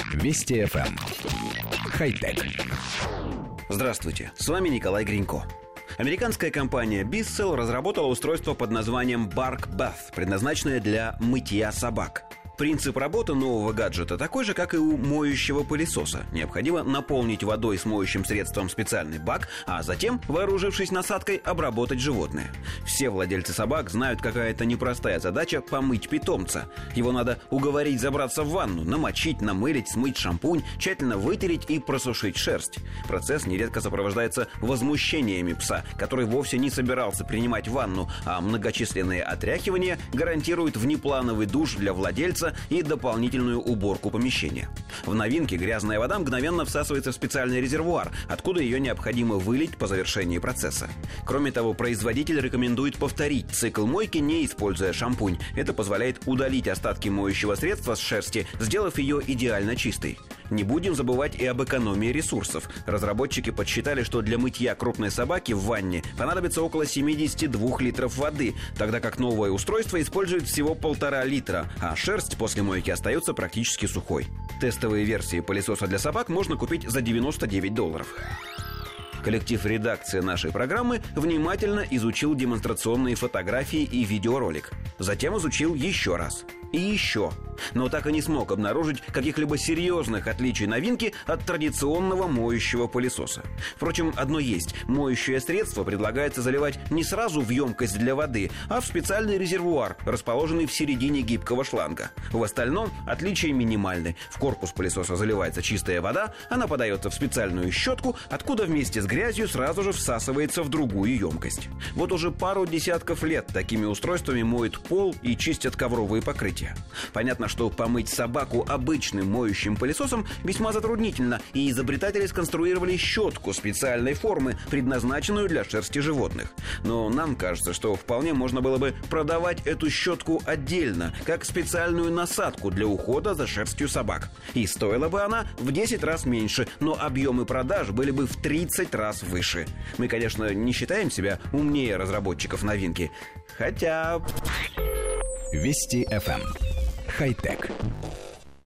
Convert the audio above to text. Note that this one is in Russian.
Вести ФМ. Хай-тек. Здравствуйте, с вами Николай Гринько. Американская компания Bissell разработала устройство под названием Bark Bath, предназначенное для мытья собак. Принцип работы нового гаджета такой же, как и у моющего пылесоса. Необходимо наполнить водой с моющим средством специальный бак, а затем, вооружившись насадкой, обработать животное. Все владельцы собак знают, какая это непростая задача помыть питомца. Его надо уговорить забраться в ванну, намочить, намылить, смыть шампунь, тщательно вытереть и просушить шерсть. Процесс нередко сопровождается возмущениями пса, который вовсе не собирался принимать ванну, а многочисленные отряхивания гарантируют внеплановый душ для владельца и дополнительную уборку помещения. В новинке грязная вода мгновенно всасывается в специальный резервуар, откуда ее необходимо вылить по завершении процесса. Кроме того, производитель рекомендует повторить цикл мойки, не используя шампунь. Это позволяет удалить остатки моющего средства с шерсти, сделав ее идеально чистой. Не будем забывать и об экономии ресурсов. Разработчики подсчитали, что для мытья крупной собаки в ванне понадобится около 72 литров воды, тогда как новое устройство использует всего 1,5 литра, а шерсть после мойки остается практически сухой. Тестовые версии пылесоса для собак можно купить за $99. Коллектив редакции нашей программы внимательно изучил демонстрационные фотографии и видеоролик. Затем изучил еще раз. И еще. Но так и не смог обнаружить каких-либо серьезных отличий новинки от традиционного моющего пылесоса. Впрочем, одно есть. Моющее средство предлагается заливать не сразу в емкость для воды, а в специальный резервуар, расположенный в середине гибкого шланга. В остальном отличия минимальны. В корпус пылесоса заливается чистая вода, она подается в специальную щетку, откуда вместе с грязью сразу же всасывается в другую емкость. Вот уже пару десятков лет такими устройствами моют пол и чистят ковровые покрытия. Понятно, что помыть собаку обычным моющим пылесосом весьма затруднительно, и изобретатели сконструировали щетку специальной формы, предназначенную для шерсти животных. Но нам кажется, что вполне можно было бы продавать эту щетку отдельно, как специальную насадку для ухода за шерстью собак. И стоила бы она в 10 раз меньше, но объемы продаж были бы в 30 раз выше. Мы, конечно, не считаем себя умнее разработчиков новинки, хотя... Вести ФМ. Хай-тек.